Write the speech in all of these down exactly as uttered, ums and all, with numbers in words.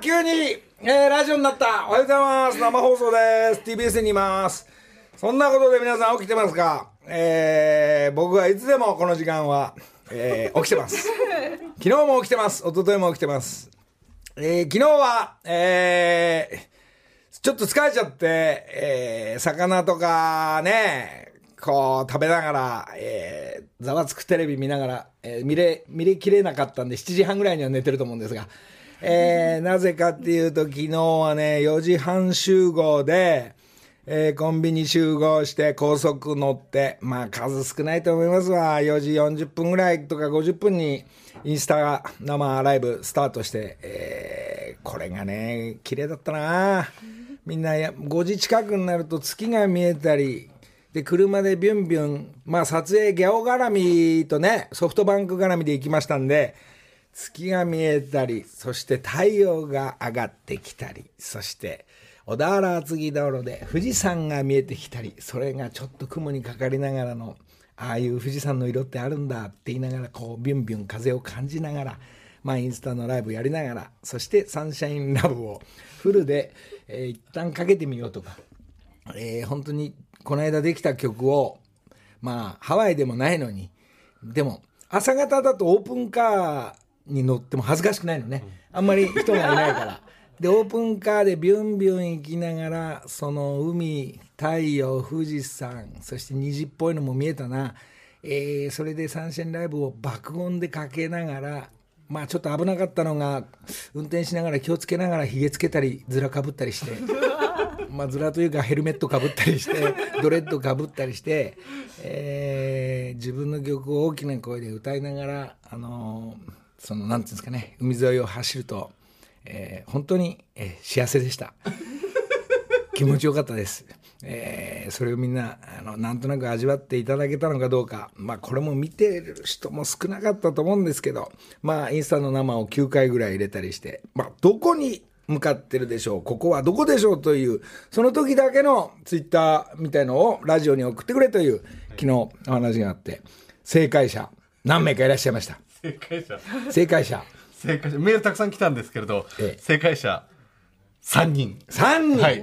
急に、えー、ラジオになった。おはようございます。生放送です。 ティービーエス にいます。そんなことで皆さん起きてますか？えー、僕はいつでもこの時間は、えー、起きてます。昨日も起きてます。一昨日も起きてます。えー、昨日は、えー、ちょっと疲れちゃって、えー、魚とかね、こう食べながら、えー、ざわつくテレビ見ながら、えー、見れ、見れきれなかったんでしちじはんぐらいには寝てると思うんですが、えー、なぜかっていうと昨日はねよじはん集合で、えー、コンビニ集合して高速乗って、まあ数少ないと思いますわ。よじよんじゅっぷんぐらいとかごじゅっぷんにインスタ生ライブスタートして、えー、これがね綺麗だったな。みんなやごじ近くになると月が見えたりで、車でビュンビュン、まあ撮影ギャオ絡みとねソフトバンク絡みで行きましたんで、月が見えたり、そして太陽が上がってきたり、そして小田原厚木道路で富士山が見えてきたり、それがちょっと雲にかかりながらの、ああいう富士山の色ってあるんだって言いながら、こうビュンビュン風を感じながら、まあインスタのライブやりながら、そしてサンシャインラブをフルで、えー、一旦かけてみようとか、えー、本当にこの間できた曲を、まあハワイでもないのに、でも朝方だとオープンカーに乗っても恥ずかしくないのね、あんまり人がいないからでオープンカーでビュンビュン行きながら、その海、太陽、富士山、そして虹っぽいのも見えたな、えー、それでサンシャインライブを爆音でかけながら、まあちょっと危なかったのが運転しながら気をつけながらひげつけたりずらかぶったりしてまあずらというかヘルメットかぶったりしてドレッドかぶったりして、えー、自分の曲を大きな声で歌いながら、あのーそのなんていうんですかね、海沿いを走ると、えー、本当に、えー、幸せでした気持ちよかったです、えー、それをみんなあのなんとなく味わっていただけたのかどうか、まあこれも見てる人も少なかったと思うんですけど、まあインスタの生をきゅうかいぐらい入れたりして、まあどこに向かってるでしょう、ここはどこでしょうという、その時だけのツイッターみたいのをラジオに送ってくれという昨日お話があって、正解者何名かいらっしゃいました。 正解者正解者正解者メールたくさん来たんですけれど、ええ、正解者さんにんさんにん、はい、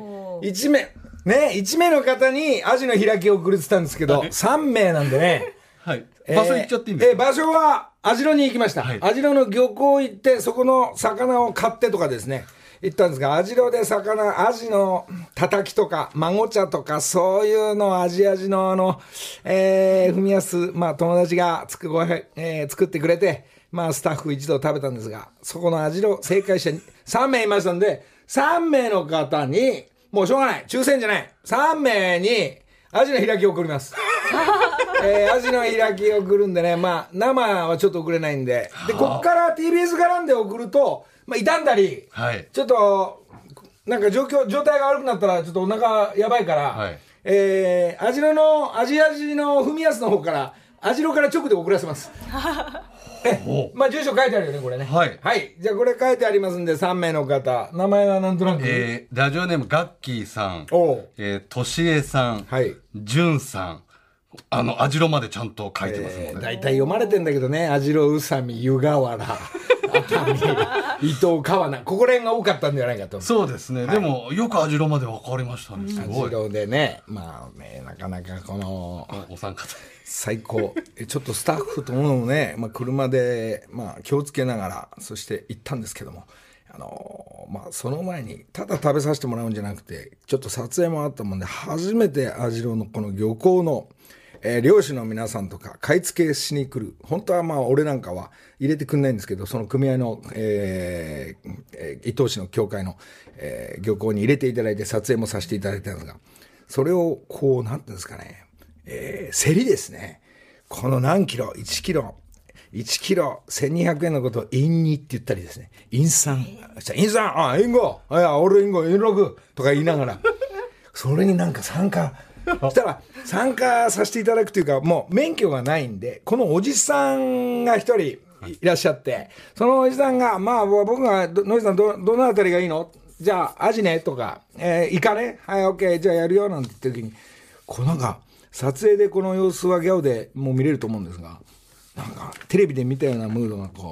いち名ね、いち名の方にアジの開きを送れてたんですけど、はい、さん名なんでね、 はい、場所行っちゃっていいんですか？ えー、場所は網代に行きました、はい、網代の漁港行ってそこの魚を買ってとかですね行ったんですが、網代で魚、アジのたたきとか孫茶とかそういうのをアジアジのあの、えー、文康、まあ友達がつくご、えー、作ってくれて、まあスタッフ一同食べたんですが、そこの網代正解者さん名いましたんで、さん名の方にもうしょうがない、抽選じゃない、さん名にアジの開きを送りますえー、アジの開きを送るんでね、まあ生はちょっと送れないんで、でこっから ティービーエス 絡んで送ると、まあ、傷んだり、はい、ちょっとなんか状況状態が悪くなったらちょっとお腹やばいから、はい、えー、アジロのアジアジの文康の方からアジロから直で送らせますえ、まあ住所書いてあるよねこれね、はい、はい、じゃあこれ書いてありますんでさん名の方、名前はなんとなく、 えー、ラジオネームガッキーさん、えー、としえさん、はい、じゅんさん、あの、網代までちゃんと書いてますので。 大体、えー、読まれてんだけどね、網代、宇佐美、湯河原、熱海、伊東、川名、ここら辺が多かったんじゃないかと。 そうですね。はい、でも、よく網代まで分かりましたね。すごい。 網代でね、まあね、なかなかこの、 お三方。 最高。ちょっとスタッフともね、まあ、車で、まあ、気をつけながら、そして行ったんですけども、あのまあ、その前にただ食べさせてもらうんじゃなくて、ちょっと撮影もあったもんで、初めて網代のこの漁港の、えー、漁師の皆さんとか買い付けしに来る、本当はまあ俺なんかは入れてくんないんですけど、その組合の、えーえー、伊東市の協会の、えー、漁港に入れていただいて撮影もさせていただいたんですが、それをこうなんていうんですかね、えー、競りですね、この何キロいちキロいちキロせんにひゃくえんのことをインニって言ったりですね、インサン、インサン、あ、インゴ、いや、俺インゴ、インログとか言いながら、それになんか参加、そしたら参加させていただくというか、もう免許がないんで、このおじさんが一人いらっしゃって、そのおじさんが、まあ僕が、野井さんど、どのあたりがいいの？じゃあ、アジねとか、えー、イカね、はい、オッケー、じゃあやるよ、なんて言った時に、こうなんか、撮影でこの様子はギャオでもう見れると思うんですが、なんかテレビで見たようなムードがこう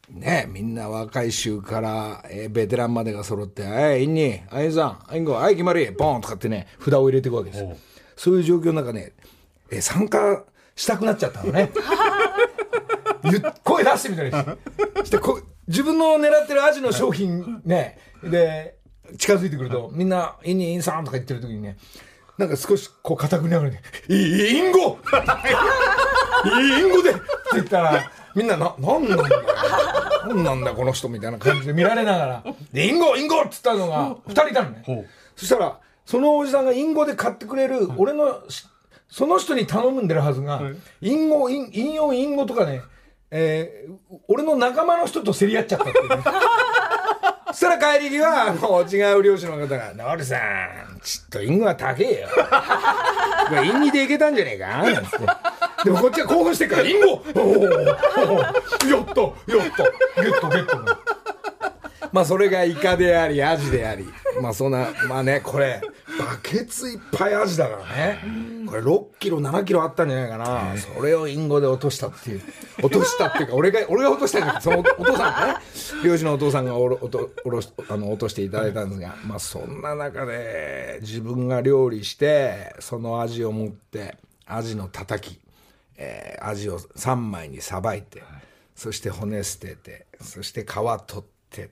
ね、みんな若い衆から、えー、ベテランまでが揃って、はい、インニー、アインさん、アインゴ、はい、決まり、ボーンとかってね、札を入れていくわけですよ。そういう状況の中ね、えー、参加したくなっちゃったのね。声出してみたりしてしてこ自分の狙ってるアジの商品ね、で、近づいてくると、みんな、インニー、インさんとか言ってる時にね、なんか少しこう固くなるね、インゴインゴでって言ったら、みんな、な、なんなんだよ。なんなんだこの人みたいな感じで見られながら、で、インゴインゴって言ったのがふたりいたのね。そしたら、そのおじさんがインゴで買ってくれる、俺の、その人に頼んでるはずが、インゴ、イン、インヨン、インゴとかね、えー、俺の仲間の人と競り合っちゃったっていうね。そしたら帰り際、もう違う漁師の方が、ノルさん、ちょっとインゴは高えよ。これインニでいけたんじゃねえかなんつって。でもこっちは興奮してるから、インゴおおやったやったゲットゲットまあそれがイカであり、アジであり。まあそんな、まあね、これ、バケツいっぱいアジだからね。これろっキロ、ななキロあったんじゃないかな。それをインゴで落としたっていう。落としたっていうか、俺が、俺が落としたんじゃなくて、そのお父さんがね、漁師のお父さんがおろ、おと、おろし、あの、落としていただいたんですが、まあそんな中で、自分が料理して、そのアジを持って、アジのたたき、えー、アジをさんまいにさばいて、そして骨捨てて、そして皮取って、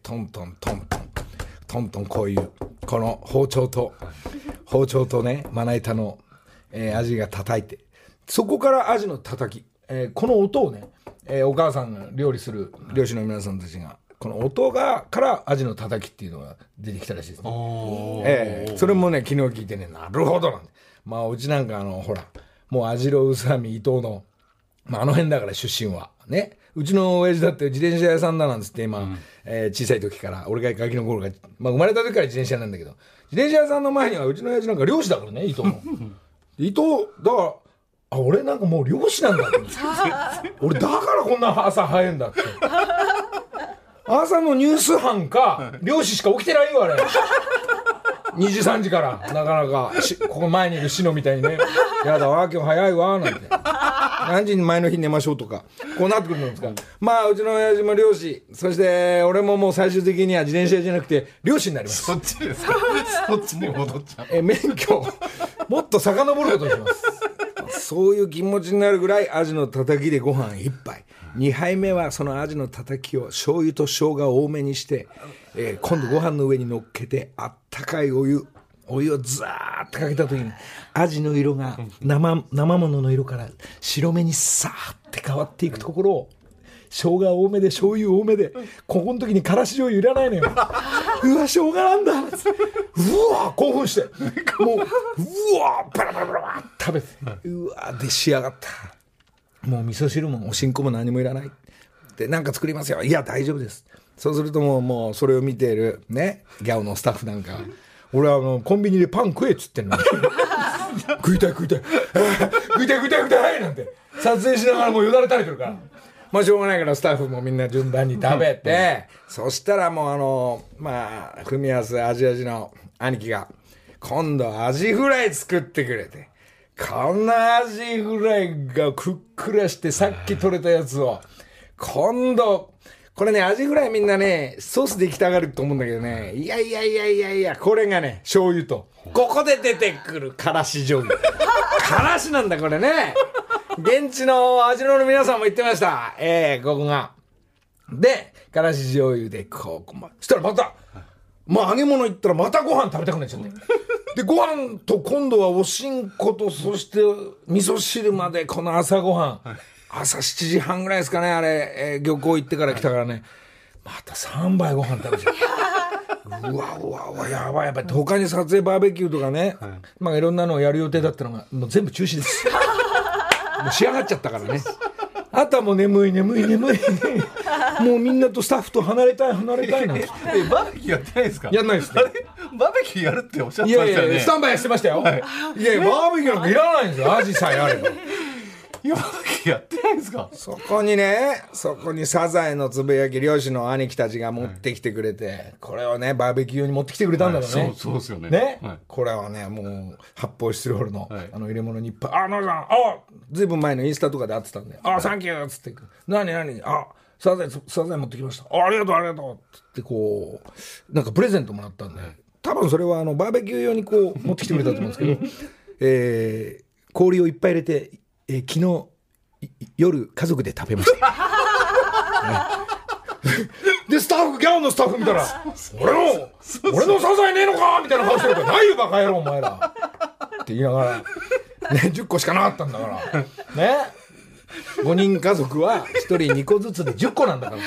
トントントントン、トントンこういう、この包丁と、包丁とね、まな板の、えー、アジが叩いて、そこからアジの叩き、えー、この音をね、えー、お母さんが料理する漁師の皆さんたちが、この音がからアジの叩きっていうのが出てきたらしいですね。えー、それもね、昨日聞いてね、なるほどなんで。まあ、うちなんかあの、ほら、もう網代、宇佐美、伊藤の、まあ、あの辺だから出身は。ね。うちの親父だって自転車屋さんだなんつって今、うん、えー、小さい時から、俺がガキの頃が、まあ、生まれた時から自転車屋なんだけど、自転車屋さんの前にはうちの親父なんか漁師だからね、伊藤も。伊藤、だから、あ、俺なんかもう漁師なんだって。俺だからこんな朝早いんだって。朝のニュース班か、漁師しか起きてないよ、あれ。にじさんじから、なかなか、しここ前にいるシノみたいにね、やだわ、今日早いわ、なんて。何時に前の日寝ましょうとか、こうなってくるんですか。まあ、うちの親父も漁師、そして俺ももう最終的には自転車じゃなくて、漁師になります。 そっちですか。そっちに戻っちゃう。 え、免許、もっと遡ることにします。そういう気持ちになるぐらい、アジのたたきでご飯一杯。にはいめはそのアジのたたきを醤油と生姜を多めにして、えー、今度ご飯の上に乗っけてあったかいお湯お湯をザーッとかけた時にアジの色が 生, 生ものの色から白目にさーって変わっていくところを生姜多めで醤油多めでここの時にからし醤油いらないのようわ生姜なんだうわ興奮してもううわバラバラバラ食べてうわで仕上がったもう味噌汁もおしんこも何もいらないでなんか作りますよいや大丈夫ですそうするともう、もうそれを見ているねギャオのスタッフなんか俺はあのコンビニでパン食えっつってんの食いたい食いたい食いたい食いたい食いたいなんて撮影しながらもうよだれ垂れてるからまあしょうがないからスタッフもみんな順番に食べて、うん、そしたらもうあのまあフミヤスアジアジの兄貴が今度アジフライ作ってくれてこんなアジフライがふっくらしてさっき取れたやつを今度これねアジフライみんなねソースで行きたがると思うんだけどねいやいやいやいやいやこれがね醤油とここで出てくるからし醤油からしなんだこれね現地の味の皆さんも言ってましたえーここがでからし醤油でこうそしたらまたまあ揚げ物行ったらまたご飯食べたくなっちゃってでご飯と今度はおしんことそして味噌汁までこの朝ごはん、はい、朝しちじはんぐらいですかねあれ、えー、漁港行ってから来たからねまたさんばいご飯食べちゃううわうわうわやばいやばい他に撮影バーベキューとかね、はいまあ、いろんなのをやる予定だったのがもう全部中止ですもう仕上がっちゃったからねあとはもう眠い眠い眠いもうみんなとスタッフと離れたい離れたいなんてえバーベキューやってないですかやんないですねあれバーベキューやるっておっしゃってましたよねいやいやスタンバイしてましたよ、はい、いやいやバーベキューなんかいらないんですよアジさえあればバーベキューやってないんですかそこにねそこにサザエのつぶやき漁師の兄貴たちが持ってきてくれて、はい、これをねバーベキュー用に持ってきてくれたんだろうね、はい、 そうそうですよねね、 はい、 これはねもう発泡スチロールの、はい、あの入れ物にいっぱいあノリさんあずいぶん前のインスタとかで会ってたんであサンキューっつって何何あサザエ、サザエ持ってきました。あ、ありがとう、ありがとうって言ってこう、なんかプレゼントもらったんで、多分それはあのバーベキュー用にこう持ってきてくれたと思うんですけど、えー、氷をいっぱい入れて、えー、昨日夜家族で食べました。でスタッフギャオのスタッフ見たら俺の俺のサザエねえのかみたいな顔してるから、ないよバカ野郎お前らって言いながら、ね、じゅっこしかなかったんだからね、ごにん家族はひとりにこずつでじゅっこなんだから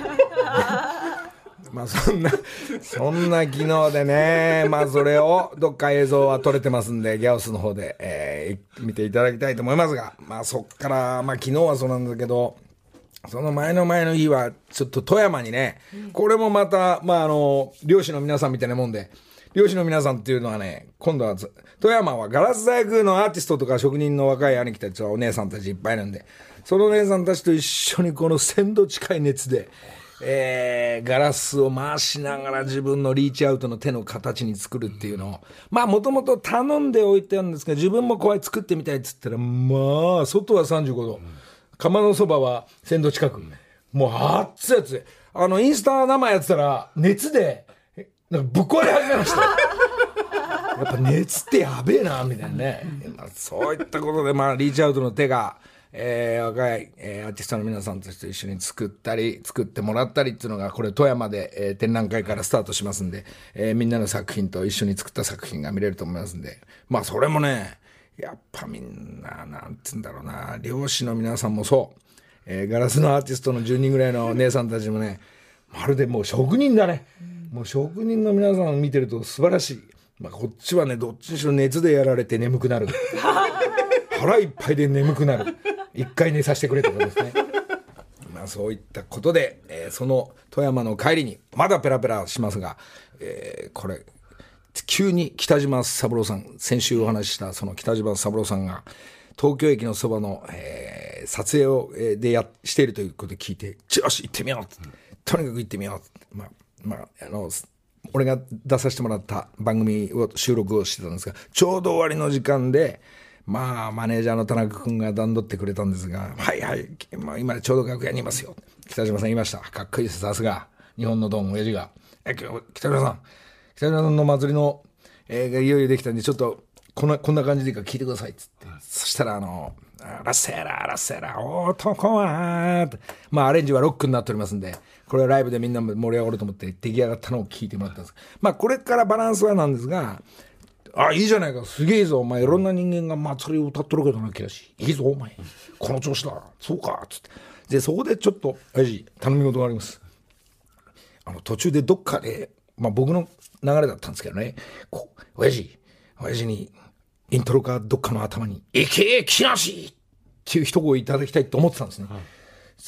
まあそんなそんな機能でね、まあそれをどっか映像は撮れてますんで、ギャオスの方で、えー、見ていただきたいと思いますが、まあそっからまあ昨日はそうなんだけど、その前の前の日はちょっと富山にね、これもまたまああの漁師の皆さんみたいなもんで、漁師の皆さんっていうのはね、今度は富山はガラス細工のアーティストとか職人の若い兄貴たちはお姉さんたちいっぱいなんで、そのお姉さんたちと一緒にこのせんど近い熱で、えー、ガラスを回しながら自分のリーチアウトの手の形に作るっていうのを、まあもともと頼んでおいてあるんですが、自分もこう作ってみたいっつったら、まあ外はさんじゅうごど、釜のそばはせんど近く、もう熱いやつ、あのインスタ生やってたら熱でなんかぶっ壊れ始めましたやっぱ熱ってやべえなみたいなね、まあ、そういったことで、まあ、リーチアウトの手が、えー、若い、えー、アーティストの皆さんたちと一緒に作ったり作ってもらったりっていうのが、これ富山で、えー、展覧会からスタートしますんで、えー、みんなの作品と一緒に作った作品が見れると思いますんで、まあそれもね、やっぱみんななんて言うんだろうな、漁師の皆さんもそう、えー、ガラスのアーティストのじゅうにんぐらいの姉さんたちもね、まるでもう職人だね、もう職人の皆さんを見てると素晴らしい。まあ、こっちはね、どっちにしろ熱でやられて眠くなる腹いっぱいで眠くなる、一回寝させてくれとかですねまあそういったことで、えー、その富山の帰りにまだペラペラしますが、えー、これ急に北島三郎さん、先週お話ししたその北島三郎さんが東京駅のそばの、えー、撮影を、えー、でやしているということで聞いて、よし行ってみようって、とにかく行ってみようって、まあまあ、あの俺が出させてもらった番組を収録をしてたんですが、ちょうど終わりの時間で、まあマネージャーの田中君が段取ってくれたんですが、はいはい、まあ、今ちょうど楽屋にいますよ、北島さん言いました。かっこいいです、さすが日本のドン親父が、え北島さん北島さんの祭りの、えー、がいよいよできたんで、ちょっとこんなこんな感じでいいから聞いてくださいっつって、そしたらあのラッセーラーラッセーラー男はって、まあアレンジはロックになっておりますんで、これはライブでみんな盛り上がると思って出来上がったのを聞いてもらったんです。まあこれからバランスはなんですが、あ、いいじゃないか、すげえぞお前、いろんな人間が祭りを歌っとるけどな、キラシいいぞお前、この調子だ、そうかっつって、でそこでちょっと親父頼み事があります。あの途中でどっかで、まあ僕の流れだったんですけどね、こう親父親父にイントロかどっかの頭にいけ木梨っていう一声いただきたいと思ってたんですね、はい、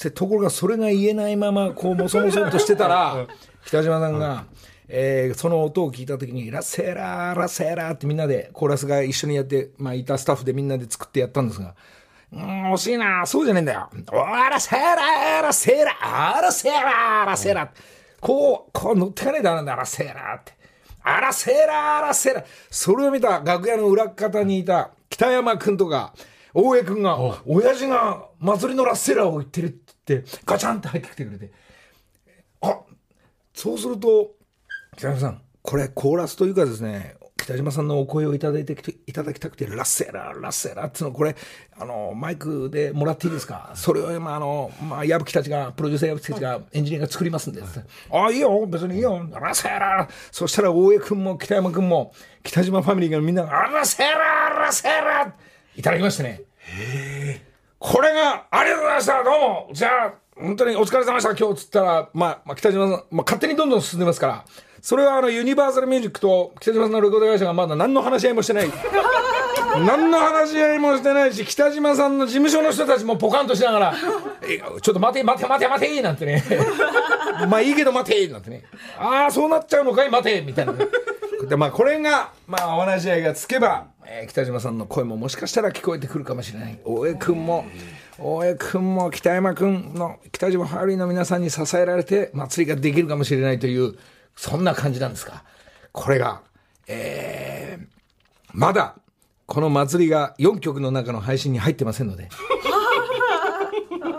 ところがそれが言えないままこうもそもそとしてたら北島さんが、はい、えー、その音を聞いた時にラッセーラーラッセーラーってみんなでコーラスが一緒にやって、まあ、いたスタッフでみんなで作ってやったんですが、うーん惜しいな、そうじゃねえんだよ、おーラッセーラーラッセーラーラッセーラーラッセーラー、こうこう乗ってかねえだなんだラッセーラーって、あらセーラーあらセーラー、それを見た楽屋の裏方にいた北山君とか大江君が、親父が祭りのラッセーラーを言ってるって言ってガチャンって入ってきてくれて、あ、そうすると北山さん、これコーラスというかですね、北島さんのお声をいただいていただきたくて、ラッセーラーラッセーラーっていうの、これあのマイクでもらっていいですか、それを今あの、まあ、矢吹たちがプロデューサー矢吹たちがエンジニアが作りますんで、はい、ああいいよ別にいいよラッセーラー、そしたら大江君も北山君も北島ファミリーがみんながラッセーラーラッセーラーいただきましてね、へこれがありがとうございました、どうもじゃあ本当にお疲れ様でした今日つったら、まあ、まあ北島さん、まあ、勝手にどんどん進んでますから、それはあのユニバーサルミュージックと北島さんのレコード会社がまだ何の話し合いもしてない何の話し合いもしてないし、北島さんの事務所の人たちもポカンとしながらちょっと待て待て待て待てなんてねまあいいけど待てなんてね、ああそうなっちゃうのかい待てみたいな、ね、でまあこれがまあお話し合いがつけば、えー、北島さんの声ももしかしたら聞こえてくるかもしれない。大江君も大江君も北山君の北島ファミリーの皆さんに支えられて祭りができるかもしれないという、そんな感じなんですが、これが、えー、まだこの祭りがよんきょくの中の配信に入ってませんので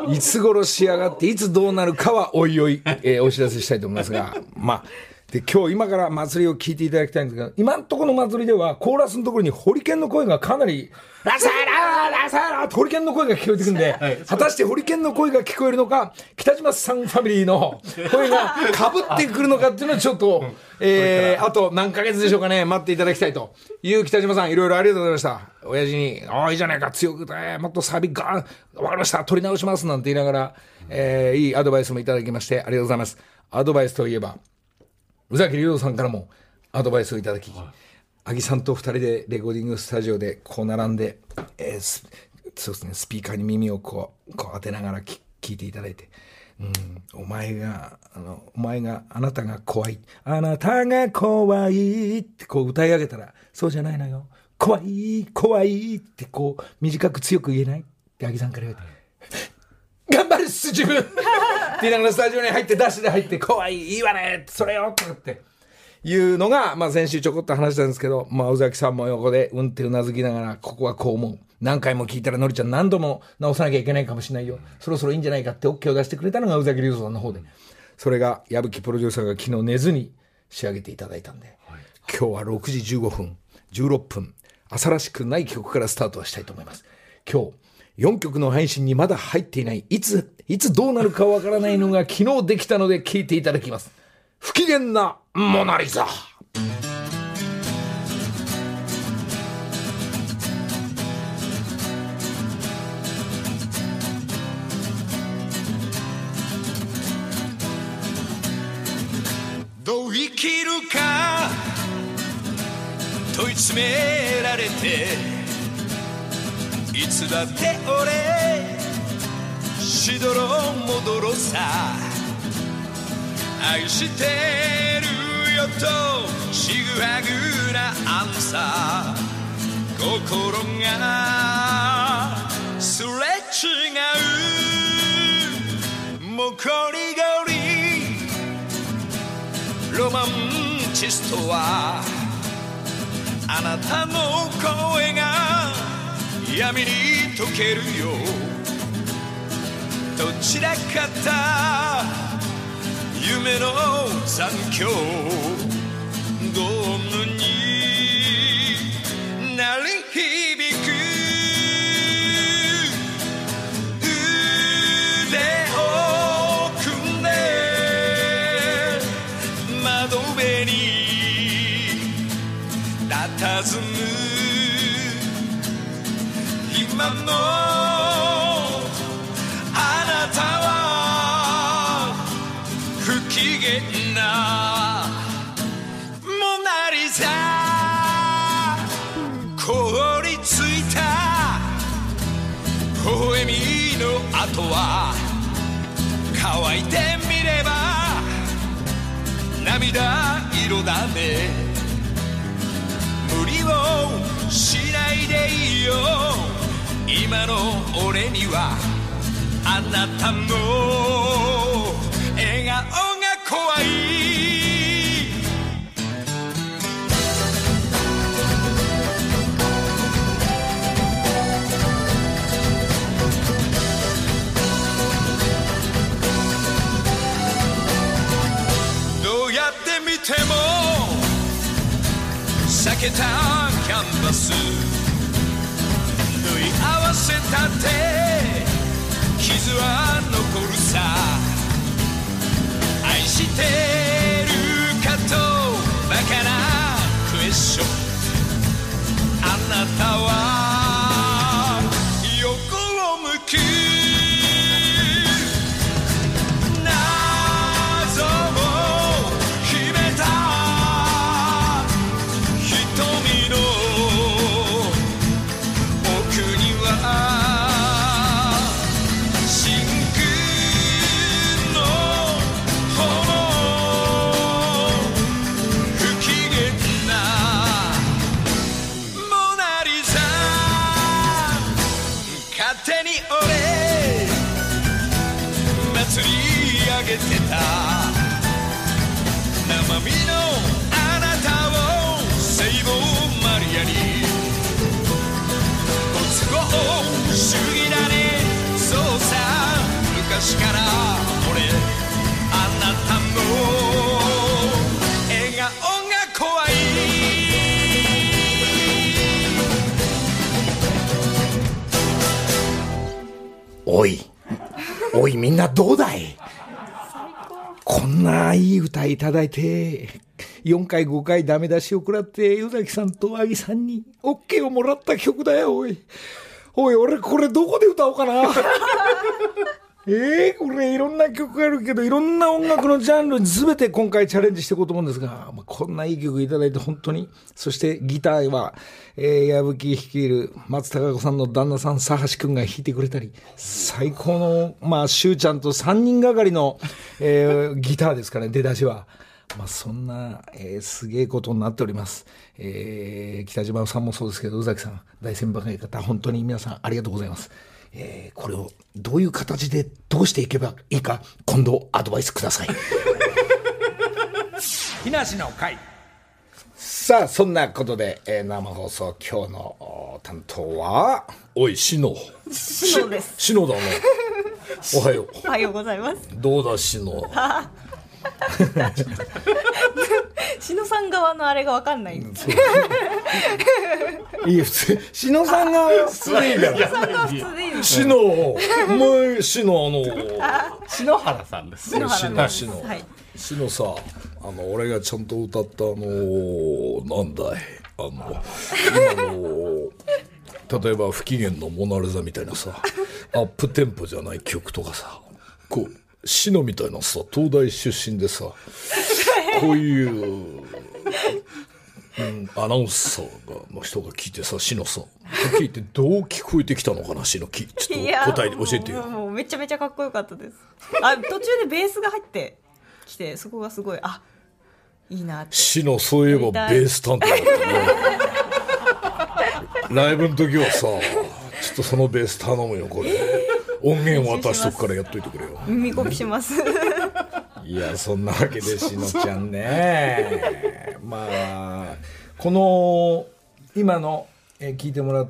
いつ頃仕上がっていつどうなるかはおいおい、えー、お知らせしたいと思いますが、まあで今日今から祭りを聞いていただきたいんですが、今のところの祭りではコーラスのところにホリケンの声がかなりラサーラーラサーラーとホリケンの声が聞こえてくるんで、はい、果たしてホリケンの声が聞こえるのか、北島さんファミリーの声がかぶってくるのかっていうのはちょっと、えー、あと何ヶ月でしょうかね、待っていただきたいという北島さん、いろいろありがとうございました。親父にああいいじゃないか、強くてもっとサビガーンわかりました、取り直しますなんて言いながら、えー、いいアドバイスもいただきましてありがとうございます。アドバイスといえば宇崎竜童さんからもアドバイスをいただき、阿木さんとふたりでレコーディングスタジオでこう並んで、えー、ス, そうですね、スピーカーに耳をこう、こう当てながら聞いていただいて、うん、お前があのお前があなたが怖い、あなたが怖いってこう歌い上げたら、そうじゃないのよ、怖い怖いってこう短く強く言えないって阿木さんから言われて頑張るっす自分って言いながらスタジオに入ってダッシュで入って怖いいいわねそれよとかっていうのが、まあ、先週ちょこっと話したんですけど、まあ、宇崎さんも横でうんってうなずきながら、ここはこう思う、何回も聞いたらのりちゃん何度も直さなきゃいけないかもしれないよ、そろそろいいんじゃないかって OK を出してくれたのが宇崎竜童さんの方で、それが矢吹プロデューサーが昨日寝ずに仕上げていただいたんで、はい、今日はろくじじゅうごふんじゅうろっぷん朝らしくない曲からスタートはしたいと思います。今日よんきょくの配信にまだ入っていない、いついつどうなるかわからないのが昨日できたので聴いていただきます。不機嫌なモナリザ。 どう生きるか問い詰められて、いつだって俺しどろもどろさ、愛してるよとちぐはぐなアンサー、心がすれ違うもこりごりロマンチストは、あなたの声が闇に溶けるよ、どちらかった夢の残響、ドームに鳴り響く、腕を組んで窓辺に佇む今のあなたは不機嫌なモナリザ、凍りついた微笑みの後は乾いてみれば涙色だね、無理をしないでいいよ、今の俺にはあなたの笑顔が怖い。どうやって見ても避けたキャンバス、縫い合わせたって傷は残るさ、愛してるかとバカなクエスチョン、あなたは横を向く謎を秘めた瞳の奥には釣り上げてた生身のあなたを聖母マリアにご都合主義だね、そうさおいおいみんなどうだい。こんないい歌いただいてよんかいごかいダメ出しを食らって宇崎さんとアギさんに OK をもらった曲だよ。おいおい俺これどこで歌おうかなえー、これいろんな曲があるけどいろんな音楽のジャンルに全て今回チャレンジしていこうと思うんですが、まあ、こんないい曲いただいて本当に。そしてギターは、えー、矢吹率いる松たか子さんの旦那さん佐橋くんが弾いてくれたり、最高のまあしゅうちゃんとさんにんがかりの、えー、ギターですかね出だしは。まあ、そんな、えー、すげえことになっております、えー、北島さんもそうですけど宇崎さん大先輩方本当に皆さんありがとうございます。えー、これをどういう形でどうしていけばいいか今度アドバイスください木梨の会。さあそんなことで、えー、生放送今日の担当はおいしのしのですしのだねおはようおはようございます。 どうだしのしのさん側のあれが分かんないんですいい普通しのさんが普通でいいんだよ。しのお前しのあの篠原さんです。 しのしのしの、 はい、 しのさあの俺がちゃんと歌ったあのなんだいあの今の例えば不機嫌のモナリザみたいなさアップテンポじゃない曲とかさこうしのみたいなさ東大出身でさこういう、うん、アナウンサーがの人が聞いてさしのさ聞いてどう聞こえてきたのかなしのきちょっと答えて教えてよ。 もう、もうめちゃめちゃかっこよかったです。あ途中でベースが入ってきてそこがすごいあいいなって。 しのそういえばベース担当だったねライブの時はさちょっとそのベース頼むよこれ音源渡しとくからやっといてくれよ。 耳コピしますいやそんなわけでしのちゃんねまあこの今の、えー、聞いてもらった、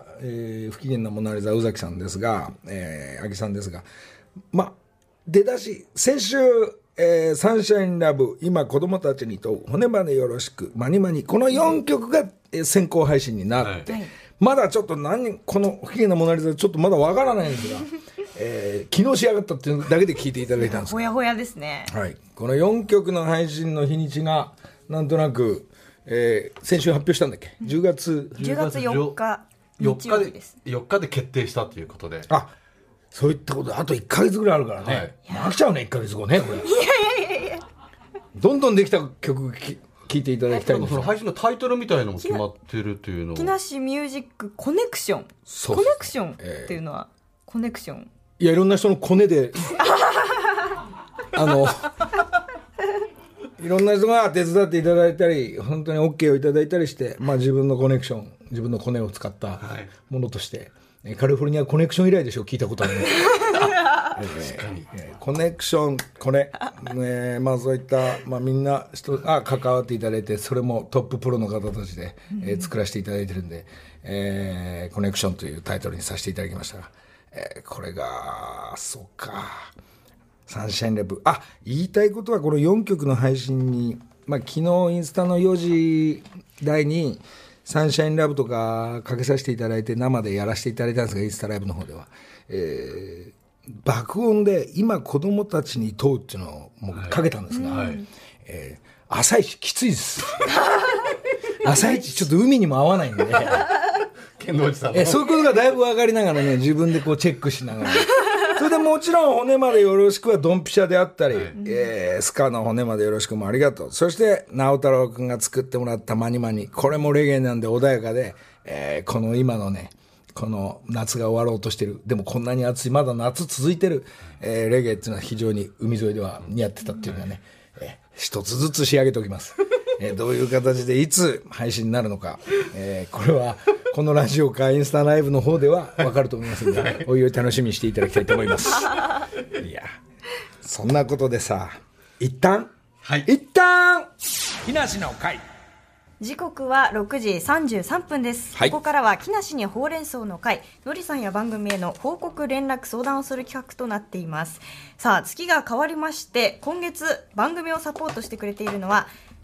えー、不機嫌なモナリザ宇崎さんですが、えー、アギさんですがまあ出だし先週、えー、サンシャインラブ今子供たちに問う骨までよろしくマニマニこのよんきょくが、えー、先行配信になって、はい、まだちょっと何この不機嫌なモナリザちょっとまだわからないんですがえー、昨日仕上がったっていうだけで聞いていただいたんですほやほやですね、 はい、このよんきょくの配信の日にちがなんとなく、えー、先週発表したんだっけじゅうがつじゅうがつよっか日曜日です。 よっかで決定したということであそういったことであといっかげつぐらいあるからね、はい、飽きちゃうねいっかげつごねこれいやいやいやいやどんどんできた曲聴いていただきたいんです。 その配信のタイトルみたいなのも決まってるというのは木梨ミュージックコネクションコネクションっていうのは、えー、コネクションいやいろんな人のコネであのいろんな人が手伝っていただいたり本当に OK をいただいたりして、まあ、自分のコネクション自分のコネを使ったものとして、はい、カリフォルニアコネクション以来でしょ聞いたことあるね確かに、えー、コネクションこれ、ねまあ、そういった、まあ、みんな人が関わっていただいてそれもトッププロの方たちで、えー、作らせていただいてるんで、えー、コネクションというタイトルにさせていただきましたがえー、これがそうかサンシャインラブあ言いたいことはこのよんきょくの配信に、まあ、昨日インスタのよじ台にサンシャインラブとかかけさせていただいて生でやらせていただいたんですがインスタライブの方では、えー、爆音で今子供たちに問うっていうのをもうかけたんですが、はいえー、朝一きついです朝一ちょっと海にも合わないんでえそういうことがだいぶ上がりながらね自分でこうチェックしながらそれでもちろん骨までよろしくはドンピシャであったり、はいえー、スカの骨までよろしくもありがとうそして直太朗くんが作ってもらったマニマニこれもレゲエなんで穏やかで、えー、この今のねこの夏が終わろうとしてるでもこんなに暑いまだ夏続いてる、えー、レゲエっていうのは非常に海沿いでは似合ってたっていうのはね、えー、一つずつ仕上げておきますえー、どういう形でいつ配信になるのか、えー、これはこのラジオかインスタライブの方では分かると思いますのでおいおい楽しみにしていただきたいと思いますいやそんなことでさ一旦、はい、一旦木梨の会時刻はろくじさんじゅうさんぷんです、はい、ここからは木梨にほうれん草の会のりさんや番組への報告連絡相談をする企画となっています。さあ月が変わりまして今月番組をサポートしてくれているのは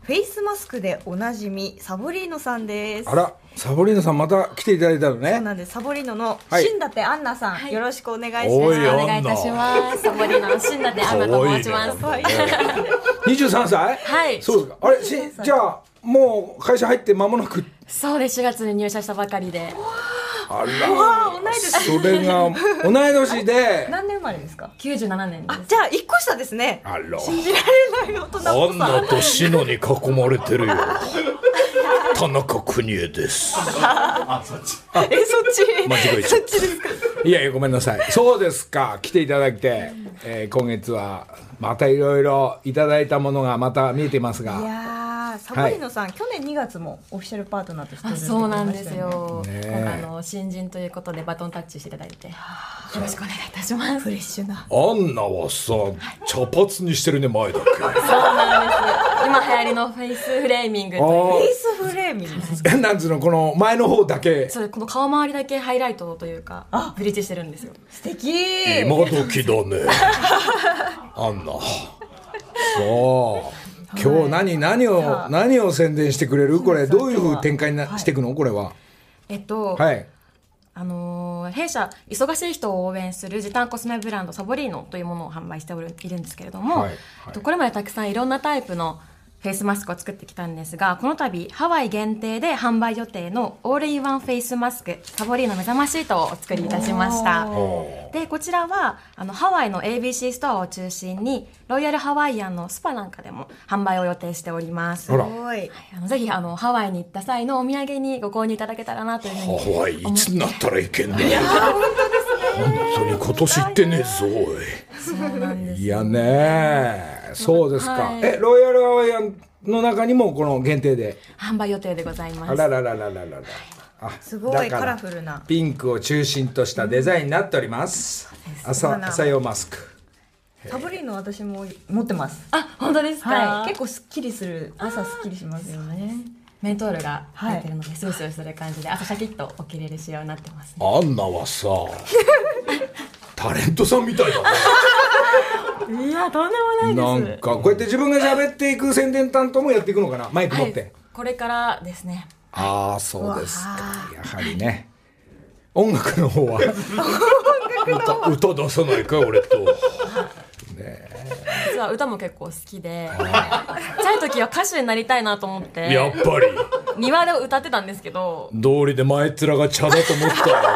フェイスマスクでおなじみサボリーノさんです。 あら、サボリーノさんまた来ていただいたのね。 そうなんです。サボリーノの新舘アンナさん、はい、よろしくお願いします。 お願いいたします。サボリーノの新舘アンナと申します。 にじゅうさんさい？ はい。 そうですか。あれ、しじゃあもう会社入って間もなく。 そうです。しがつに入社したばかりで。 あら、同い年。それが同い年で何年生まれですか？ きゅうじゅうななねんです。 あ、じゃあいっこ下ですね。 あら、 信じられない大人っぽさ。 アンナとシノに囲まれてるよ。田中邦衛です。 あ、そっち。え、そっち。 間違えちゃった。 そっちですか。 いやいや、ごめんなさい。そうですか。来ていただいて、えー、今月はまたいろいろいただいたものがまた見えてますが。 いやー、サボリーノさん、はい、去年にがつもオフィシャルパートナーとして、ね、 そうなんですよ。 ね、 今回の新人ということでバトンタッチしていただいて、よろしくお願いいたします。 フレッシュな。 アンナはさ、茶髪にしてるね、前だけ。そうなんです。 今流行りのフェイスフレーミングという。 フェイスフレーミング。 なんつうの、この前の方だけ。 そう、この顔周りだけハイライトというか、あ、ブリーチしてるんですよ。 素敵。 今時だね。アンナ。 そう。今日何何を何を宣伝してくれる？これどういう風展開になしていくの？これは。 えっと。 はい。 あのー、弊社忙しい人を応援する時短コスメブランドサボリーノというものを販売しておるいるんですけれども、はいはい、これまでたくさんいろんなタイプのフェイスマスクを作ってきたんですが、この度ハワイ限定で販売予定のオールインワンフェイスマスクサボリーノ目覚まシートをお作りいたしました。でこちらはあのハワイの エービーシー ストアを中心にロイヤルハワイアンのスパなんかでも販売を予定しております。 すごい、 はい、あのぜひあのハワイに行った際のお土産にご購入いただけたらなというふうに。 ハワイいつになったらいけんだよ。いや本当ですね。本当に今年行ってねえぞ。 そうなんです、ね、 いやね、そうですか、はい、えロイヤルハワイアンの中にもこの限定で販売予定でございます。 あららららららら、 あ、すごいカラフルなピンクを中心としたデザインになっております。朝朝用マスク。 サボリーノ私も持ってます。 あ、本当ですか、 はい、結構すっきりする、朝すっきりしますよね。 メントールが入ってるので、スースーする感じで朝シャキッと起きれる仕様になってます、ね、 アンナはさタレントさんみたいだね。いやとんでもないです。 なんかこうやって自分が喋っていく宣伝担当もやっていくのかな、マイク持って、はい、 これからですね。 ああそうですか。やはりね、音楽の方は歌, 歌出さないか俺と。 ね、実は歌も結構好きで、ちっちゃい時は歌手になりたいなと思ってやっぱり庭で歌ってたんですけど、 道理で前っ面が茶だと思ったよ。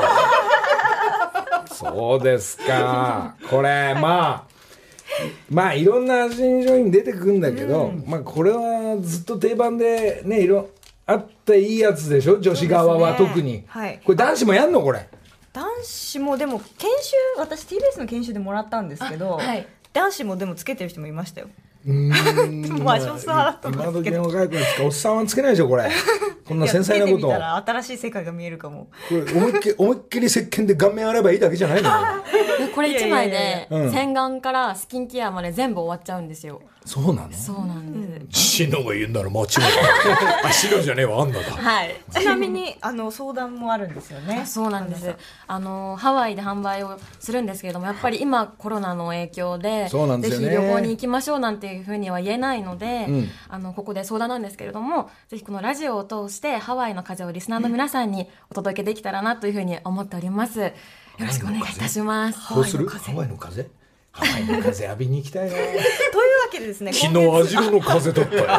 そうですか。これまあまあいろんな新商品出てくるんだけど、うん、まあこれはずっと定番でね、いろあっていいやつでしょ、女子側は特に、ね、はい、これ男子もやんの？これ男子もでも研修、私 ティービーエス の研修でもらったんですけど、はい、男子もでもつけてる人もいましたよ。 うーん、まあ少数派だったんですけど、今時の若い子ですか、おっさんはつけないでしょこれ。こんな繊細なことを。つけてみたら新しい世界が見えるかも。 これ思いっきり思いっきり石鹸で顔面洗えばいいだけじゃないの？ これいちまいで洗顔からスキンケアまで全部終わっちゃうんですよ。 そうなの？ そうなんです。 シノが言うんなら間違いない。あ、シノじゃねえわ、アンナだ。 はい。 ちなみにあの相談もあるんですよね。 そうなんです。あのハワイで販売をするんですけれども、やっぱり今コロナの影響で、 そうなんですよね、 ぜひ旅行に行きましょうなんていうふうには言えないので、うん、あのここで相談なんですけれども、ぜひこのラジオを通してハワイの風をリスナーの皆さんにお届けできたらなというふうに思っております。よろしくお願いいたします。 どうする？ハワイの風？ハワイの風浴びに行きたいな。というわけでですね、 昨日アジロの風だったよ。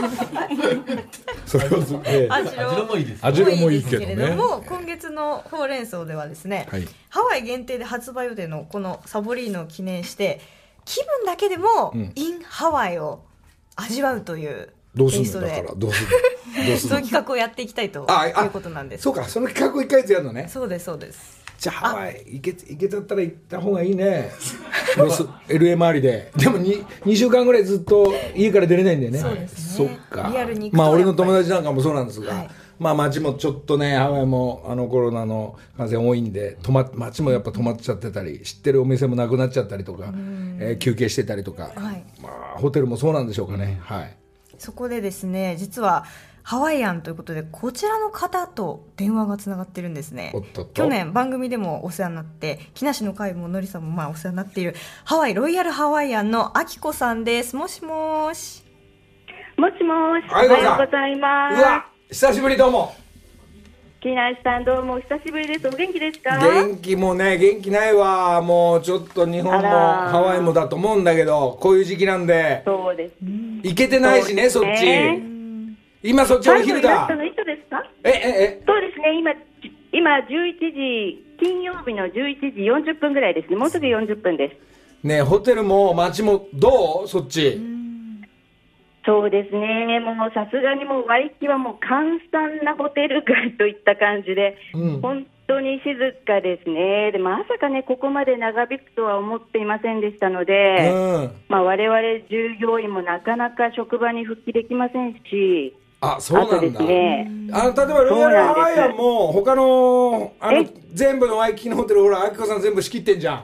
それは、ええ、 アジロもいいです。 アジロもいいけどね。 も今月のほうれん草ではですね、はい、ハワイ限定で発売予定のこのサボリーノを記念して、気分だけでも、うん、インハワイを味わうというどうするのだからどうするのそういう企画をやっていきたいということなんです。 そうか、その企画をいっかげつやるのね。 そうですそうです。 じゃあハワイ行け、行けちゃったら行った方がいいね。エルエー 周りで。でも 2, 2週間ぐらいずっと家から出れないんだよね。 そうですね。 そっか。 リアルに行くとまあ俺の友達なんかもそうなんですが、はい、まあ街もちょっとね、ハワイもあのコロナの感染多いんで、止ま街もやっぱ止まっちゃってたり、知ってるお店もなくなっちゃったりとか、えー、休憩してたりとか、はい、まあホテルもそうなんでしょうかね。はい。 そこでですね、実はハワイアンということでこちらの方と電話がつながってるんですね。 おっとっと。 去年番組でもお世話になって、木梨の会ものりさんもまあお世話になっているハワイロイヤルハワイアンのあきこさんです。もしもし。 もしもし、おははようございます。 うわ、久しぶり。どうも木梨さん、どうもお久しぶりです。お元気ですか？ 元気もね、元気ないわ。もうちょっと日本もハワイもだと思うんだけど、こういう時期なんで。 そうです。 行けてないしね、そっち。今そっちお昼だ。 の人ですか？ え、え、え。 そうですね、今、今じゅういちじ、金曜日のじゅういちじよんじゅっぷんぐらいですね。もうすぐよんじゅっぷんです。 ね、ホテルも街もどう？そっち。 そうですね、もうさすがにもうワイキはもう閑散なホテル街といった感じで、うん、本当に静かですね。でまさかね、ここまで長引くとは思っていませんでしたので、うん、まあ、我々従業員もなかなか職場に復帰できませんし、 あ、そうなんだ。 あとですね、 あの例えばロイヤルハワイアンも他のあの全部のワイキキのホテル、ほら、あきこさん全部仕切ってんじゃん。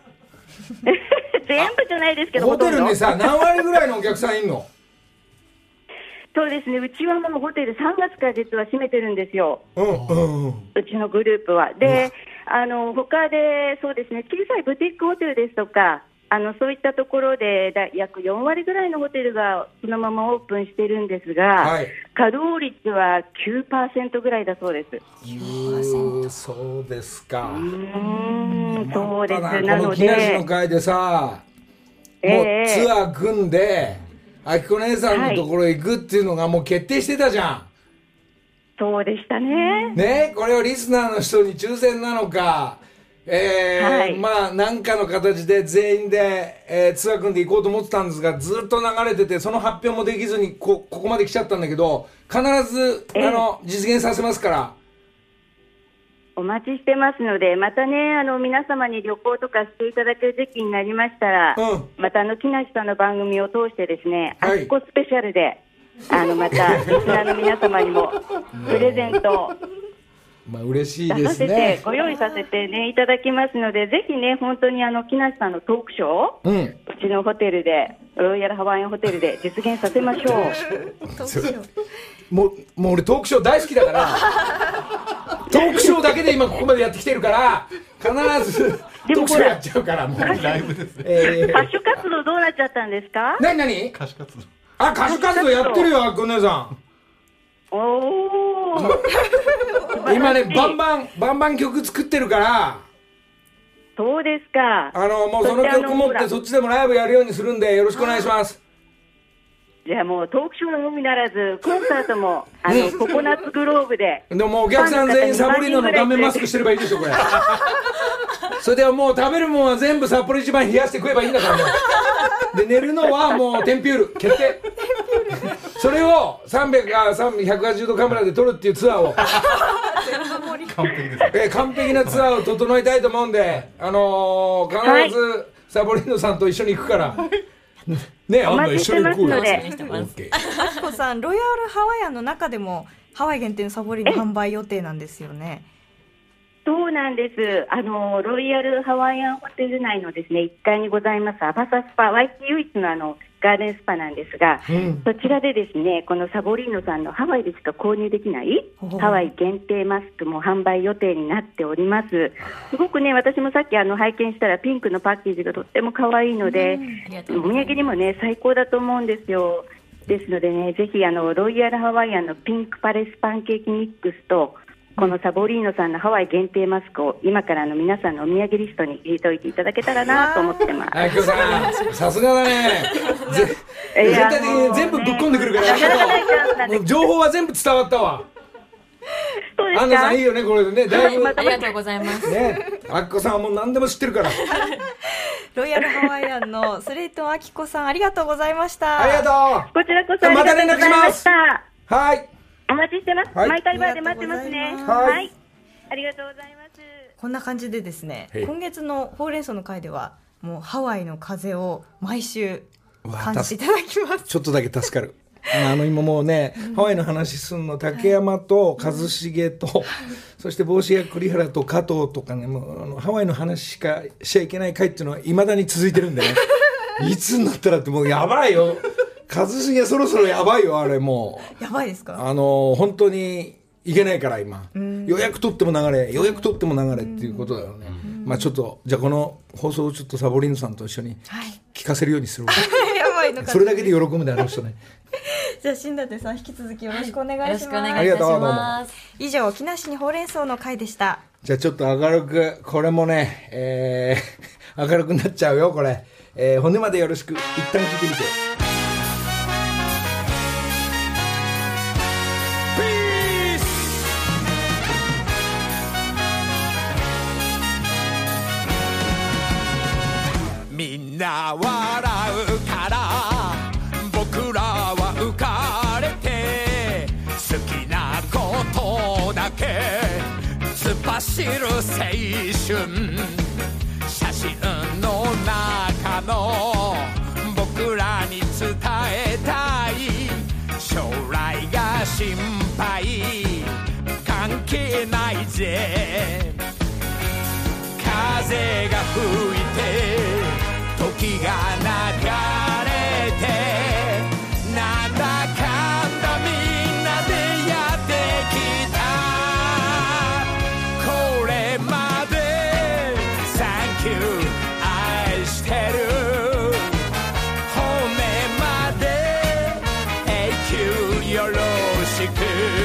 全部じゃないですけど、 ホテルにさ、何割ぐらいのお客さんいんの？ そうですね、うちはもうホテルさんがつから実は閉めてるんですよ、 うんうんうん、 うちのグループは。で、あの他でそうですね、小さいブティックホテルですとか、あのそういったところでだ約よんわりぐらいのホテルがそのままオープンしてるんですが、はい、稼働率は きゅうパーセント ぐらいだそうです。 きゅうパーセント。そうですか。 うーん、そうです。 なので、この木梨の会でさ、もうツアー組んで、あきこ姉さんのところ行くっていうのがもう決定してたじゃん。はい、 そうでしたね。 ね、これをリスナーの人に抽選なのか、えーはい、まあ何かの形で全員で、えー、ツアー組んで行こうと思ってたんですが、ずっと流れてて、その発表もできずに こ, ここまで来ちゃったんだけど、必ずあの実現させますから。 お待ちしてますので、またね、あの皆様に旅行とかしていただける時期になりましたら、うん、またあの木梨さんの番組を通してですね、はい、あきこスペシャルであのまたリスナーの皆様にもプレゼントまあ嬉しいですね、 出させてご用意させて、ね、いただきますので、ぜひね、本当にあの木梨さんのトークショー、うん、うちのホテルで、ロイヤルハワイアンホテルで実現させましょう。もう、もう俺トークショー大好きだからトークショーだけで今ここまでやってきてるから、必ずトークショーやっちゃうから、もうライブですね。えー、 歌手活動どうなっちゃったんですか？ 何何？ 歌手活動。 あ、歌手活動やってるよ、あっこ姉さん。 おー今ね、バンバンバンバン曲作ってるから。 そうですか。 あのもうその曲持ってそっちでもライブやるようにするんで、よろしくお願いします。 じゃあもうトークショーのみならずコンサートもあの、うん、ココナッツグローブで、 でもお客さん全員サボリーノの顔面マスクしてればいいでしょこれそれではもう食べるもんは全部札幌一番冷やして食えばいいんだからもうで寝るのはもうテンピュール決定それをさんびゃく、あ、ひゃくはちじゅうどカメラで撮るっていうツアーを完璧です、 えー、完璧なツアーを整えたいと思うんで、あのー、必ずサボリーノさんと一緒に行くからね、 お待ちしてますので。 あきこさん、ロイヤルハワイアンの中でもハワイ限定のサボリの販売予定なんですよね。 そうなんです。あのロイヤルハワイアンホテル内のですね、いっかいにございますアバサスパ、ワイキキ唯一のあのガーデンスパなんですが、うん、そちらでですね、このサボリーノさんのハワイでしか購入できないハワイ限定マスクも販売予定になっております。すごくね、私もさっきあの拝見したらピンクのパッケージがとっても可愛いので、うん、お土産にもね最高だと思うんですよ。ですのでね、ぜひあのロイヤルハワイアンのピンクパレスパンケーキミックスとこのサボリーノさんのハワイ限定マスクを今からの皆さんのお土産リストに入れておいていただけたらなと思ってます。 あきこさん、さすがだね。絶対的に全部ぶっ込んでくるから、もう情報は全部伝わったわ。 そうですか。 アンナさんいいよね、これでね。だいぶ、 ありがとうございます。 ね、あきこさんはもう何でも知ってるから。 ロイヤルハワイアンのスレイトンあきこさん、ありがとうございました。 ありがとう。こちらこそありがとうございました。また連絡します。 はい。 お待ちしてます。はい、マイタイバーで待ってますね。はい。はい、ありがとうございます。 こんな感じでですね、今月のほうれん草の会ではもうハワイの風を毎週感じていただきます。 ちょっとだけ助かる。あの今もうね、うん、ハワイの話すんの竹山と一茂と、うん、そして帽子屋栗原と加藤とかね、もうあのハワイの話しかしちゃいけない会っていうのはいまだに続いてるんでねいつになったらってもうやばいよ一茂そろそろやばいよ、あれもうやばいですか。 あの本当にいけないから今、うん、予約取っても流れ予約取っても流れっていうことだよね、うん、まあちょっとじゃあこの放送をちょっとサボリーヌさんと一緒に聞かせるようにするわ、はい、やばいのかそれだけで喜ぶんだよあの人ねじゃあ新舘さん引き続きよろしくお願いします、 よろしくお願いいたします。 以上木梨にほうれん草の回でした。 じゃあちょっと明るく、これもね、えー、明るくなっちゃうよこれ、えー、骨までよろしく、一旦聞いてみて。 みんな笑うから僕らは浮かれて、好きなことだけ突っ走る青春、写真の中の僕らに伝えたい、将来が心配関係ないぜ、風が吹いて時が流れて、なんだかんだみんなでやってきた、これまで Thank you 愛してる、骨まで永久よろしく、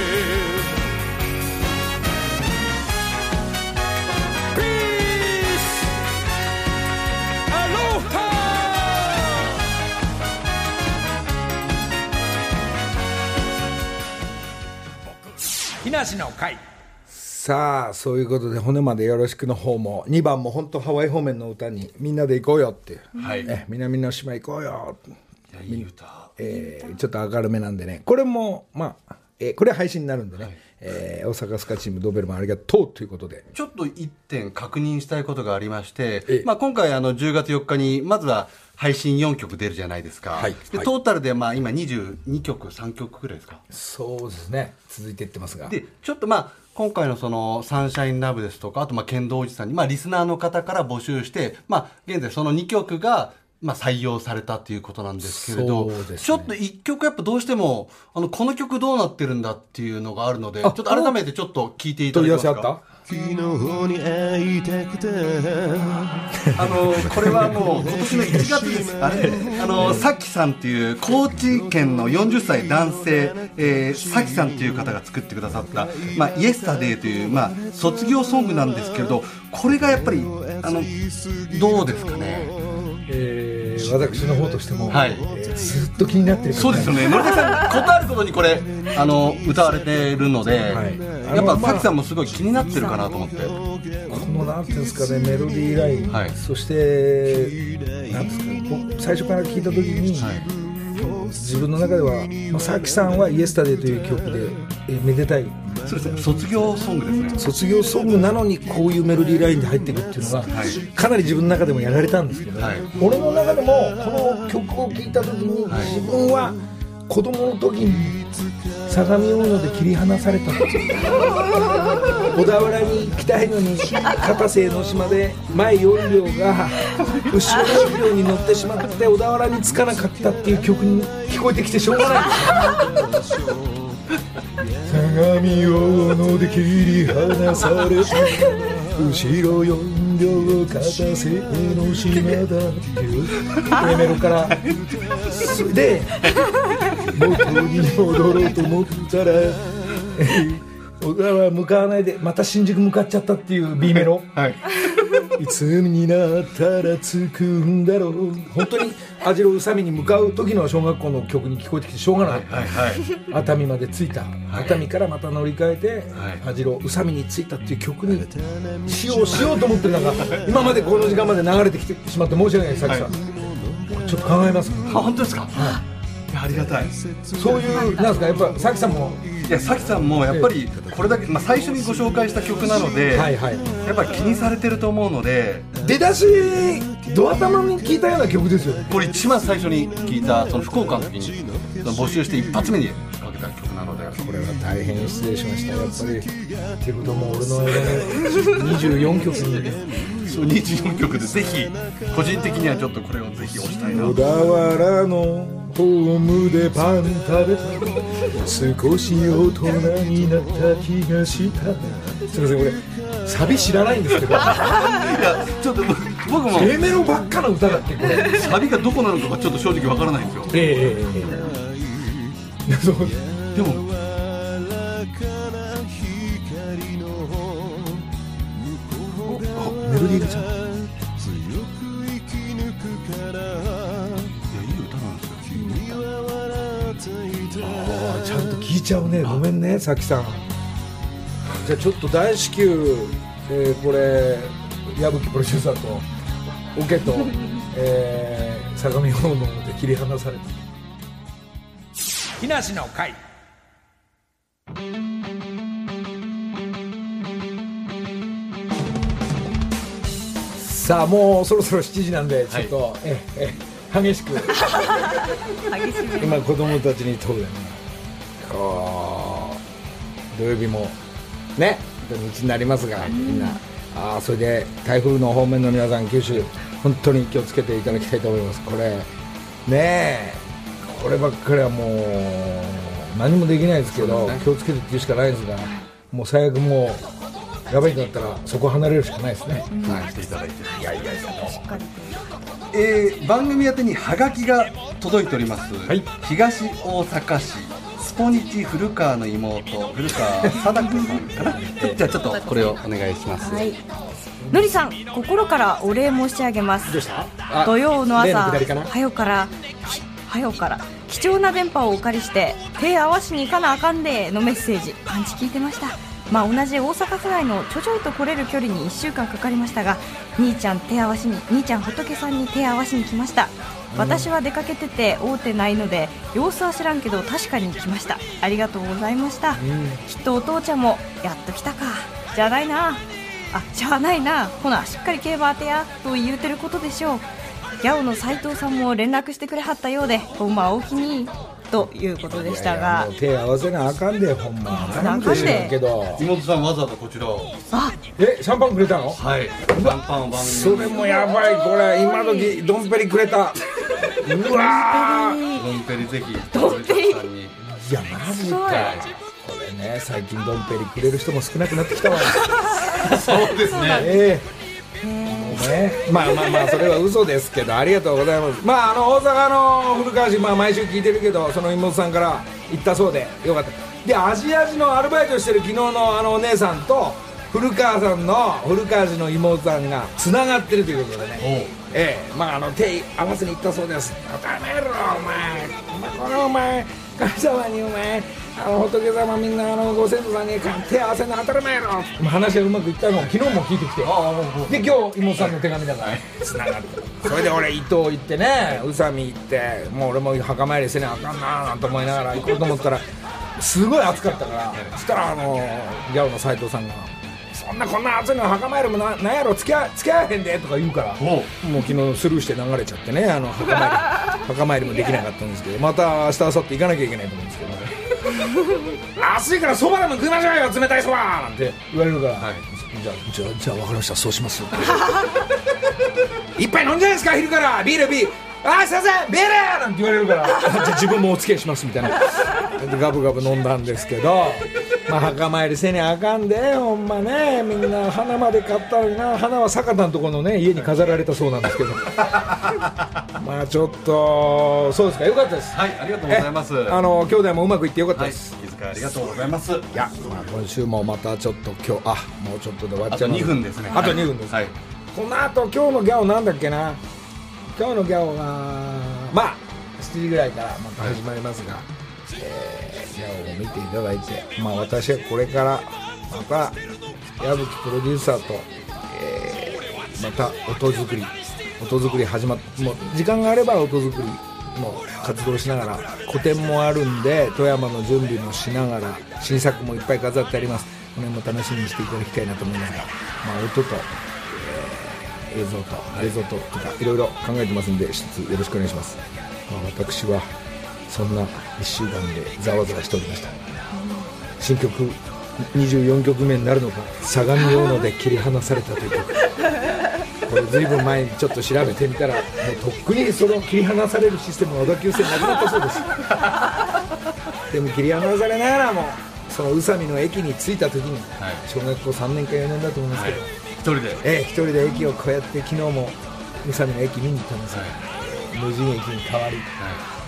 木梨の会。さあそういうことで骨までよろしくの方もにばんも本当ハワイ方面の歌にみんなで行こうよっていう、はい、え南の島行こうよ、 いやいい歌、 えー、ちょっと明るめなんでね、これもまあ、えー、これは配信になるんでね、はい、えー、大阪スカチームドーベルマンありがとうということで、 ちょっと一点確認したいことがありまして、まあ、今回あのじゅうがつよっかにまずは配信よんきょく出るじゃないですか、はい、でトータルでまあ今にじゅうにきょくさんきょくぐらいですか。 そうですね、続いていってますが、 でちょっとまあ今回のそのサンシャインラブですとか、あとまあ剣道おじさんにまあリスナーの方から募集して、まあ現在そのにきょくがまあ採用されたということなんですけれど、ね、ちょっといっきょくやっぱどうしてもあのこの曲どうなってるんだっていうのがあるので、ちょっと改めてちょっと聞いていただけますか。昨日に会いたくてあのこれはもう今年のいちがつですあれあのさきさんっていう高知県のよんじゅっさい男性、えー、さきさんっていう方が作ってくださった、まあ、イエスタデイという、まあ、卒業ソングなんですけれど、これがやっぱりあのどうですかね、 えー、私の方としても、はい、えー、ずっと気になってる、 そうですよね、のりたさんことあることにこれあの歌われてるので、はい、やっぱさきさんもすごい気になってるかなと思って、このなんていうんですかね、メロディーライン、はい、そしてなんですか、僕最初から聞いた時に、はい、自分の中では、まあ、さきさんはイエスタデイという曲で、えー、めでたい、 そうですね、卒業ソングですね、 卒業ソングなのにこういうメロディーラインで入っていくっていうのが、はい、かなり自分の中でもやられたんですけど、はい、俺の中でもこの曲を聴いた時に、はい、自分は子供の時に相模大野で切り離された小田原に行きたいのに片瀬の島で前よんりょうが後ろよんりょうに乗ってしまって小田原に着かなかったっていう曲に聞こえてきてしょうがないんですよ相模大野で切り離された後ろよんりょう片瀬の島だっていうメロからそれで元に戻ろうと思ったら小田原向かわないでまた新宿向かっちゃったっていう B メロ、はい、いつになったら着くんだろう、本当に網代宇佐美に向かう時の小学校の曲に聞こえてきてしょうがなかった、はいはいはい、熱海まで着いた、はい、熱海からまた乗り換えて、はい、網代宇佐美に着いたっていう曲にしようしようと思ってる中今までこの時間まで流れてきてしまって申し訳ない、さきさん、はい、ちょっと考えます。 あ、本当ですか、はい、ありがたい。 そういうなんですか、やっぱさきさんもいやさきさんもやっぱりこれだけ、まあ、最初にご紹介した曲なので、はいはい、やっぱり気にされてると思うので、 出だしドア玉に聞いたような曲ですよね。 これ一番最初に聞いたその福岡の時に募集して一発目にかけた曲なので、 これは大変失礼しました。やっぱりっていうことも俺の間ににじゅうよんきょくにそうにじゅうよんきょくでぜひ個人的にはちょっとこれをぜひ推したいな。 小田原のホームでパン食べた少し大人になった気がした。すいません、これサビ知らないんですけどいやちょっと僕も A メロばっかの歌だっけこれサビがどこなのかがちょっと正直わからないんですよ。えー、えー、 でもメロディーがちゃんあちゃんと聞いちゃうね。ごめんねさきさん。じゃあちょっと大至急、えー、これ矢吹プロデューサーとオケと、えー、相模大野で切り離されて木梨の会。さあもうそろそろしちじなんでちょっと、はい、ええ激しく今子供たちに問うよね。こう土曜日もね土日になりますが、みんなあそれで台風の方面の皆さん九州本当に気をつけていただきたいと思います。これねえこればっかりはもう何もできないですけど、ね、気をつけてっていうしかないですが、もう最悪もうやばいとなったらそこ離れるしかないですね。 うん、はい、していただいて。 いやいやいやしっかりとえー、番組宛てにハガキが届いております、はい、東大阪市スポニチ古川の妹古川貞子さんかなじゃあちょっとこれをお願いします。 はい、のりさん心からお礼申し上げます。 どうした？ 土曜の朝はよからはよから貴重な電波をお借りして手合わしに行かなあかんでのメッセージパンチ聞いてました。まあ、同じ大阪府内のちょちょいと来れる距離にいっしゅうかんかかりましたが、兄ちゃん手合わしに兄ちゃん仏さんに手合わしに来ました。私は出かけてて会うてないので様子は知らんけど確かに来ました。ありがとうございました。きっとお父ちゃんもやっと来たかじゃないなあじゃあないなほなしっかり競馬当てやと言うてることでしょう。ギャオの斉藤さんも連絡してくれはったようでほんまおおきにということでしたが、 いやいやもう手合わせなあかんでほんまあかんでけど妹さんわざわざこちらをあえシャンパンくれたの？ はいシャンパンを番組それもやばい。これ今時ドンペリくれたうわードンペリぜひドンペリいやマジかこれね最近ドンペリくれる人も少なくなってきたわそうですね、 えーね、まあまあまあそれは嘘ですけどありがとうございます。まああの大阪の古川市、まあ、毎週聞いてるけどその妹さんから行ったそうでよかった。でアジア人のアルバイトしてる昨日のあのお姉さんと古川さんの古川市の妹さんがつながってるということでね、ええまああの手合わせに行ったそうです。当たり前やろお前お前このお前神様にお前あの仏様みんなあのご先祖さんに手合わせの当たり前やろ話がうまくいったのを昨日も聞いてきてで今日妹さんの手紙だからつながってそれで俺伊東行ってね宇佐美行ってもう俺も墓参りせなあかんななんて思いながら行こうと思ったらすごい暑かったからそしたらあのギャオの斉藤さんがそんなこんな暑いの墓参りも な, なんやろ付き合付き合えへんでとか言うからもう昨日スルーして流れちゃってねあの墓参り墓参りもできなかったんですけどまた明日明後日行かなきゃいけないと思うんですけど暑いからそばでも食いましょうよ冷たいそばなんて言われるから、はい、じゃあじゃあじゃあ分かりましたそうします一杯飲んじゃないですか昼からビールビールあーすいませんビールなんて言われるからじゃあ自分もお付き合いしますみたいなガブガブ飲んだんですけどまあ墓参りせにあかんでほんまねみんな花まで買ったのにな花は坂田のところのね家に飾られたそうなんですけどまあちょっとそうですかよかったです。 はいありがとうございます。 あの兄弟もうまくいってよかったです、 はい、気遣いありがとうございます。いや、まあ、今週もまたちょっと今日あもうちょっとで終わっちゃうあとにふんですね。 あとにふんです、 はい、 この後今日のギャオなんだっけな今日のギャオがまあしちじぐらいからまた始まりますが、はいえー、ギャオを見ていただいてまあ私はこれからまた矢吹プロデューサーと、えー、また音作り音作り始まっもう時間があれば音作りも活動しながら個展もあるんで富山の準備もしながら新作もいっぱい飾ってあります。これも楽しみにしていただきたいなと思いますが、まあ、音と、えー、映像と映像ととかいろいろ考えてますんで一つよろしくお願いします。まあ、私はそんないっしゅうかんでざわざわしておりました。新曲にじゅうよんきょくめになるのか相模大野で切り離されたという曲これずいぶん前にちょっと調べてみたらもうとっくにその切り離されるシステムが小田急線なくなったそうですでも切り離されながらもその宇佐美の駅に着いた時に、はい、小学校さんねんかよねんだと思いますけど、はい、 一人でええ一人で駅をこうやって昨日も宇佐美の駅見に行ったんですよ、はい、無人駅に変わり、はい、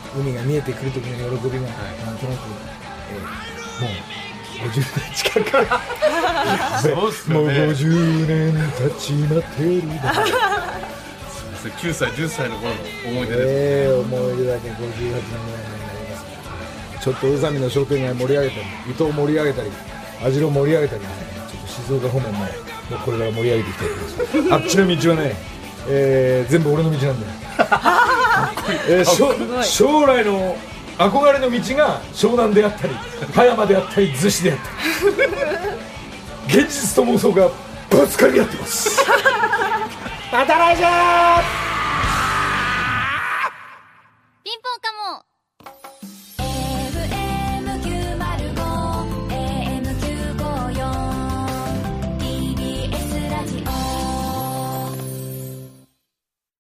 海が見えてくる時の喜びがなんとなく、えー、もうごじゅうねん近くそうっすよね、もうごじゅうねん経ちまってるきゅうさいじゅっさいの頃の思い出ですね、 えー、思い出だけごじゅうはちねんぐらいになります。ちょっと宇佐美の商店街盛り上げたり、伊東盛り上げたり、網代盛り上げたり、ね、ちょっと静岡方面ももうこれから盛り上げていきたいと思います。あっちの道はね、えー、全部俺の道なんだよ、えー、将来の憧れの道が湘南であったり葉山であったり逗子であったり現実と妄想がぶつかり合ってますまた来週。 ピンポンカモ エフエムきゅうまるご エーエムきゅうごよん ティービーエス ラジオ